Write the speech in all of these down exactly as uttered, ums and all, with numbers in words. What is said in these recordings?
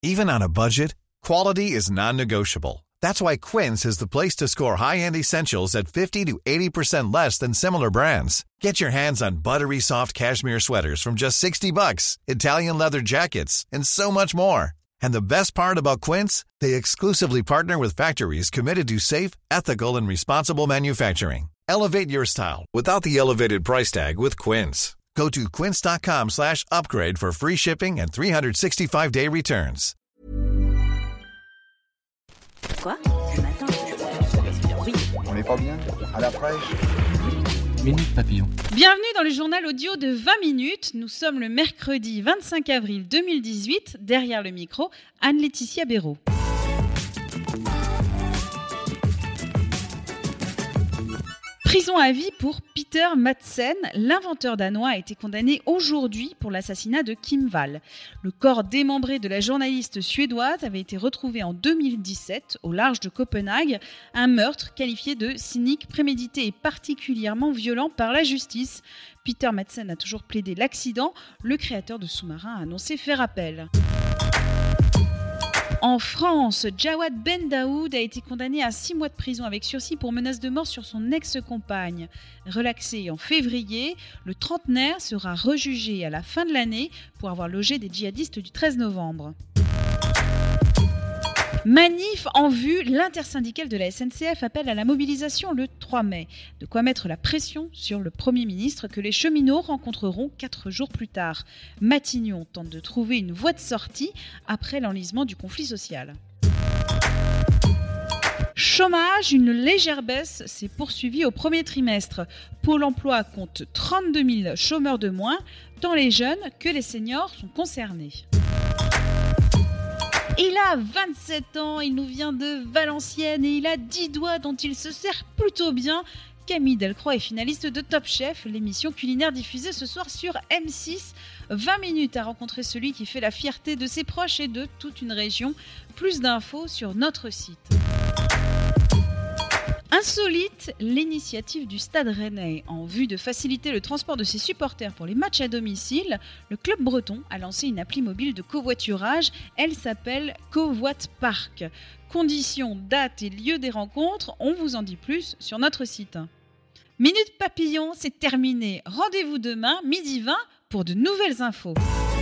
Even on a budget, quality is non-negotiable. That's why Quince is the place to score high-end essentials at fifty to eighty percent less than similar brands. Get your hands on buttery soft cashmere sweaters from just sixty bucks, Italian leather jackets, and so much more. And the best part about Quince, they exclusively partner with factories committed to safe, ethical, and responsible manufacturing. Elevate your style without the elevated price tag with Quince. Go to quince.com slash upgrade for free shipping and three sixty-five day returns. Quoi? Ce matin, oui. On n'est pas bien? À la fraîche? Minute Papillon. Bienvenue dans le journal audio de vingt minutes. Nous sommes le mercredi vingt-cinq avril deux mille dix-huit. Derrière le micro, Anne-Laetitia Béraud. Prison à vie pour Peter Madsen. L'inventeur danois a été condamné aujourd'hui pour l'assassinat de Kim Wall. Le corps démembré de la journaliste suédoise avait été retrouvé en deux mille dix-sept au large de Copenhague. Un meurtre qualifié de cynique, prémédité et particulièrement violent par la justice. Peter Madsen a toujours plaidé l'accident. Le créateur de sous-marins a annoncé faire appel. En France, Jawad Ben Daoud a été condamné à six mois de prison avec sursis pour menace de mort sur son ex-compagne. Relaxé en février, le trentenaire sera rejugé à la fin de l'année pour avoir logé des djihadistes du treize novembre. Manif en vue, l'intersyndicale de la S N C F appelle à la mobilisation le trois mai. De quoi mettre la pression sur le Premier ministre que les cheminots rencontreront quatre jours plus tard. Matignon tente de trouver une voie de sortie après l'enlisement du conflit social. Chômage, une légère baisse s'est poursuivie au premier trimestre. Pôle emploi compte trente-deux mille chômeurs de moins, tant les jeunes que les seniors sont concernés. Il a vingt-sept ans, il nous vient de Valenciennes et il a dix doigts dont il se sert plutôt bien. Camille Delcroix est finaliste de Top Chef, l'émission culinaire diffusée ce soir sur M six. vingt minutes à rencontrer celui qui fait la fierté de ses proches et de toute une région. Plus d'infos sur notre site. Insolite, l'initiative du Stade Rennais en vue de faciliter le transport de ses supporters pour les matchs à domicile, le club breton a lancé une appli mobile de covoiturage. Elle s'appelle Covoit Park. Conditions, dates et lieux des rencontres, on vous en dit plus sur notre site. Minute Papillon, c'est terminé. Rendez-vous demain, midi vingt, pour de nouvelles infos.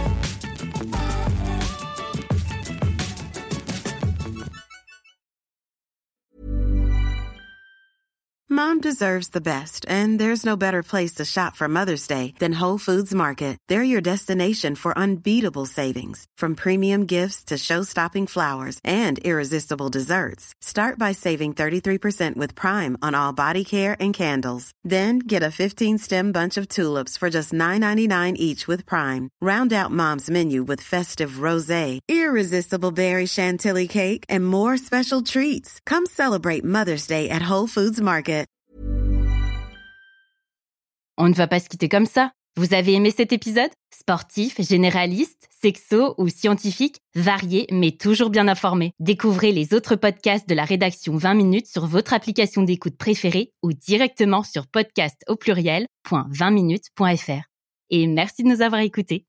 Mom deserves the best, and there's no better place to shop for Mother's Day than Whole Foods Market. They're your destination for unbeatable savings, from premium gifts to show-stopping flowers and irresistible desserts. Start by saving thirty-three percent with Prime on all body care and candles. Then get a fifteen-stem bunch of tulips for just nine ninety-nine each with Prime. Round out Mom's menu with festive rosé, irresistible berry chantilly cake, and more special treats. Come celebrate Mother's Day at Whole Foods Market. On ne va pas se quitter comme ça. Vous avez aimé cet épisode ? Sportif, généraliste, sexo ou scientifique, varié mais toujours bien informé. Découvrez les autres podcasts de la rédaction vingt minutes sur votre application d'écoute préférée ou directement sur podcast au pluriel point vingt minutes point f r. Et merci de nous avoir écoutés.